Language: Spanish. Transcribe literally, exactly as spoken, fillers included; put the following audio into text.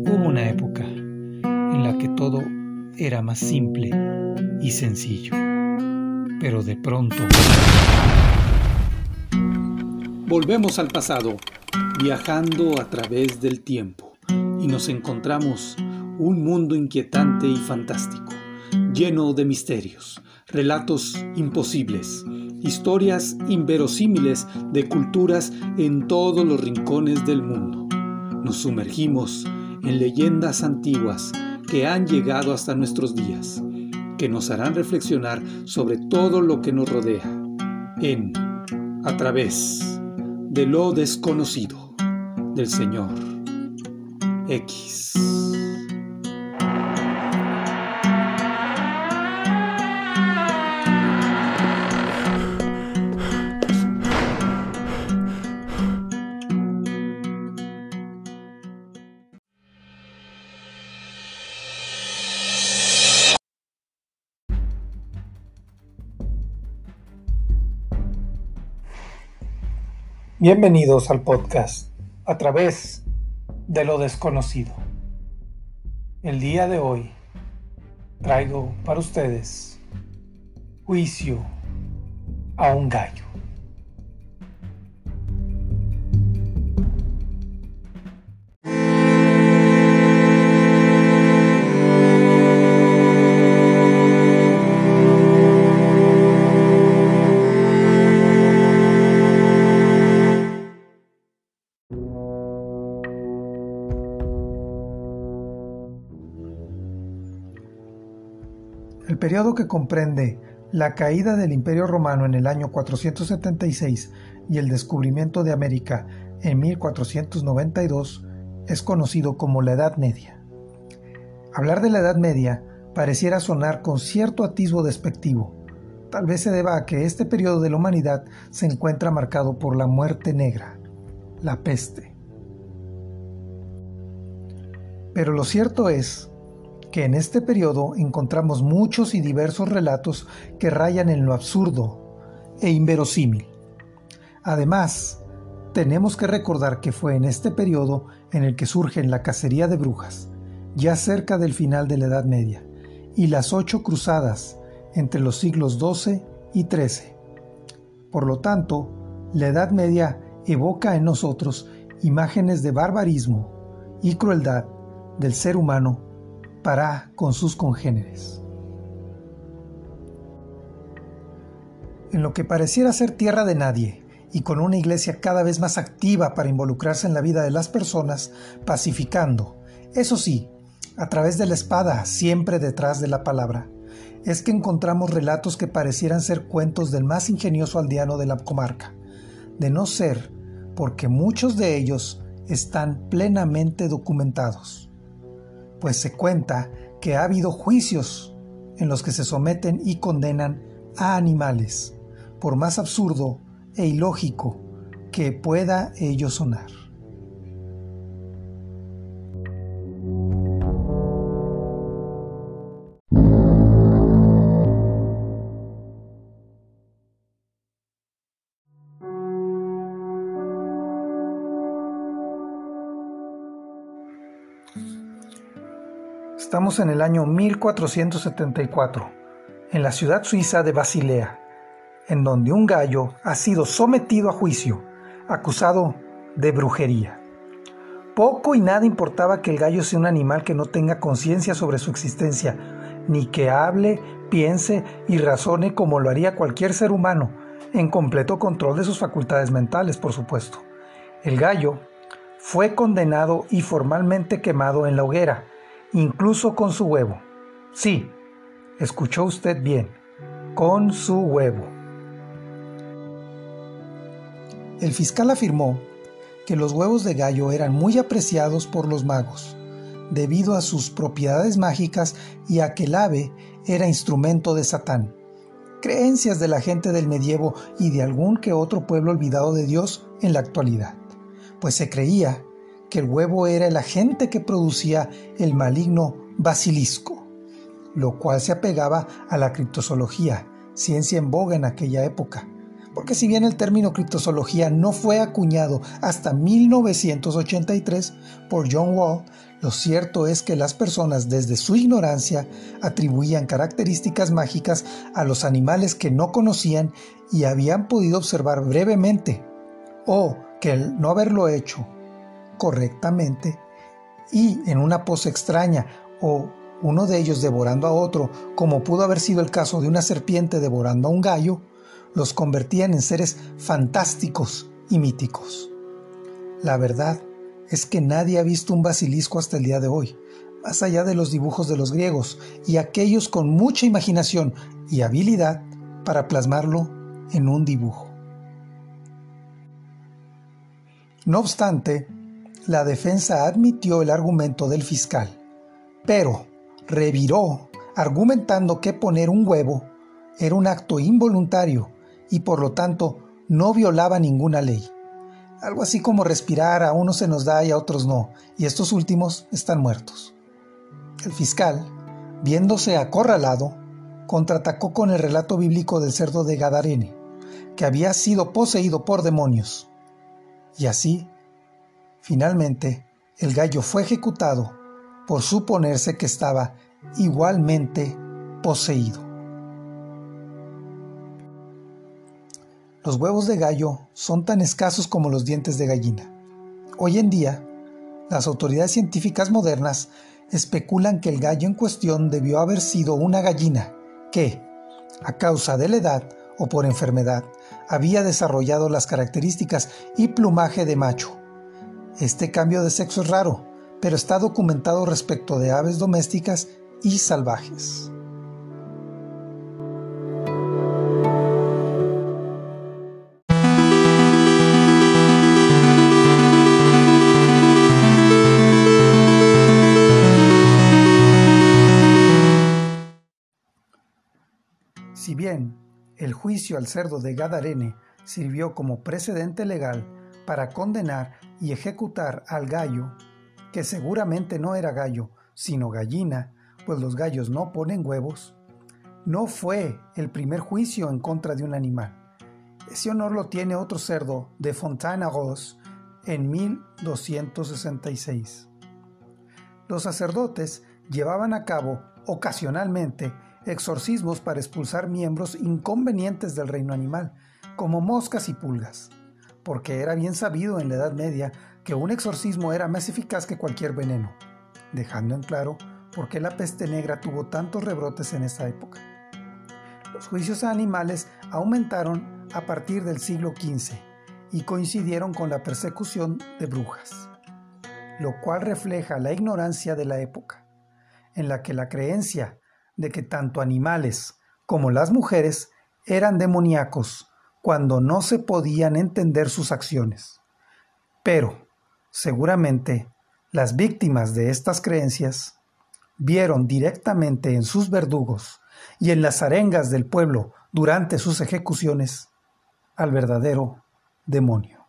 Hubo una época en la que todo era más simple y sencillo, pero de pronto volvemos al pasado, viajando a través del tiempo, y nos encontramos un mundo inquietante y fantástico, lleno de misterios, relatos imposibles, historias inverosímiles de culturas en todos los rincones del mundo. Nos sumergimos en leyendas antiguas que han llegado hasta nuestros días, que nos harán reflexionar sobre todo lo que nos rodea, en A través de lo desconocido, del señor X. Bienvenidos al podcast A través de lo desconocido. El día de hoy traigo para ustedes Juicio a un gallo. El periodo que comprende la caída del Imperio Romano en el año cuatrocientos setenta y seis y el descubrimiento de América en mil cuatrocientos noventa y dos es conocido como la Edad Media. Hablar de la Edad Media pareciera sonar con cierto atisbo despectivo. Tal vez se deba a que este periodo de la humanidad se encuentra marcado por la muerte negra, la peste. Pero lo cierto es que en este periodo encontramos muchos y diversos relatos que rayan en lo absurdo e inverosímil. Además, tenemos que recordar que fue en este periodo en el que surgen la cacería de brujas, ya cerca del final de la Edad Media, y las ocho cruzadas entre los siglos doce y trece. Por lo tanto, la Edad Media evoca en nosotros imágenes de barbarismo y crueldad del ser humano para con sus congéneres. En lo que pareciera ser tierra de nadie, y con una iglesia cada vez más activa para involucrarse en la vida de las personas, pacificando, eso sí, a través de la espada, siempre detrás de la palabra, es que encontramos relatos que parecieran ser cuentos del más ingenioso aldeano de la comarca, de no ser porque muchos de ellos están plenamente documentados. Pues se cuenta que ha habido juicios en los que se someten y condenan a animales, por más absurdo e ilógico que pueda ello sonar. Estamos en el año mil cuatrocientos setenta y cuatro, en la ciudad suiza de Basilea, en donde un gallo ha sido sometido a juicio, acusado de brujería. Poco y nada importaba que el gallo sea un animal que no tenga conciencia sobre su existencia, ni que hable, piense y razone como lo haría cualquier ser humano, en completo control de sus facultades mentales, por supuesto. El gallo fue condenado y formalmente quemado en la hoguera, incluso con su huevo. Sí, escuchó usted bien, con su huevo. El fiscal afirmó que los huevos de gallo eran muy apreciados por los magos, debido a sus propiedades mágicas y a que el ave era instrumento de Satán. Creencias de la gente del medievo y de algún que otro pueblo olvidado de Dios en la actualidad, pues se creía que el huevo era el agente que producía el maligno basilisco, lo cual se apegaba a la criptozoología, ciencia en boga en aquella época, porque si bien el término criptozoología no fue acuñado hasta mil novecientos ochenta y tres por John Wall, Lo cierto es que las personas desde su ignorancia atribuían características mágicas a los animales que no conocían y habían podido observar brevemente, o que el no haberlo hecho correctamente y en una pose extraña, o uno de ellos devorando a otro, como pudo haber sido el caso de una serpiente devorando a un gallo, los convertían en seres fantásticos y míticos. La verdad es que nadie ha visto un basilisco hasta el día de hoy, más allá de los dibujos de los griegos y aquellos con mucha imaginación y habilidad para plasmarlo en un dibujo. No obstante, la defensa admitió el argumento del fiscal, pero reviró argumentando que poner un huevo era un acto involuntario y por lo tanto no violaba ninguna ley. Algo así como respirar, a unos se nos da y a otros no, y estos últimos están muertos. El fiscal, viéndose acorralado, contraatacó con el relato bíblico del cerdo de Gadarene, que había sido poseído por demonios. Y así, finalmente, el gallo fue ejecutado por suponerse que estaba igualmente poseído. Los huevos de gallo son tan escasos como los dientes de gallina. Hoy en día, las autoridades científicas modernas especulan que el gallo en cuestión debió haber sido una gallina que, a causa de la edad o por enfermedad, había desarrollado las características y plumaje de macho. Este cambio de sexo es raro, pero está documentado respecto de aves domésticas y salvajes. Si bien el juicio al cerdo de Gadarene sirvió como precedente legal para condenar y ejecutar al gallo, que seguramente no era gallo, sino gallina, pues los gallos no ponen huevos, no fue el primer juicio en contra de un animal. Ese honor lo tiene otro cerdo de Fontaine-à-Rose en mil doscientos sesenta y seis. Los sacerdotes llevaban a cabo ocasionalmente exorcismos para expulsar miembros inconvenientes del reino animal, como moscas y pulgas, porque era bien sabido en la Edad Media que un exorcismo era más eficaz que cualquier veneno, dejando en claro por qué la peste negra tuvo tantos rebrotes en esta época. Los juicios a animales aumentaron a partir del siglo quince y coincidieron con la persecución de brujas, lo cual refleja la ignorancia de la época, en la que la creencia de que tanto animales como las mujeres eran demoníacos cuando no se podían entender sus acciones. Pero, seguramente, las víctimas de estas creencias vieron directamente en sus verdugos y en las arengas del pueblo durante sus ejecuciones al verdadero demonio.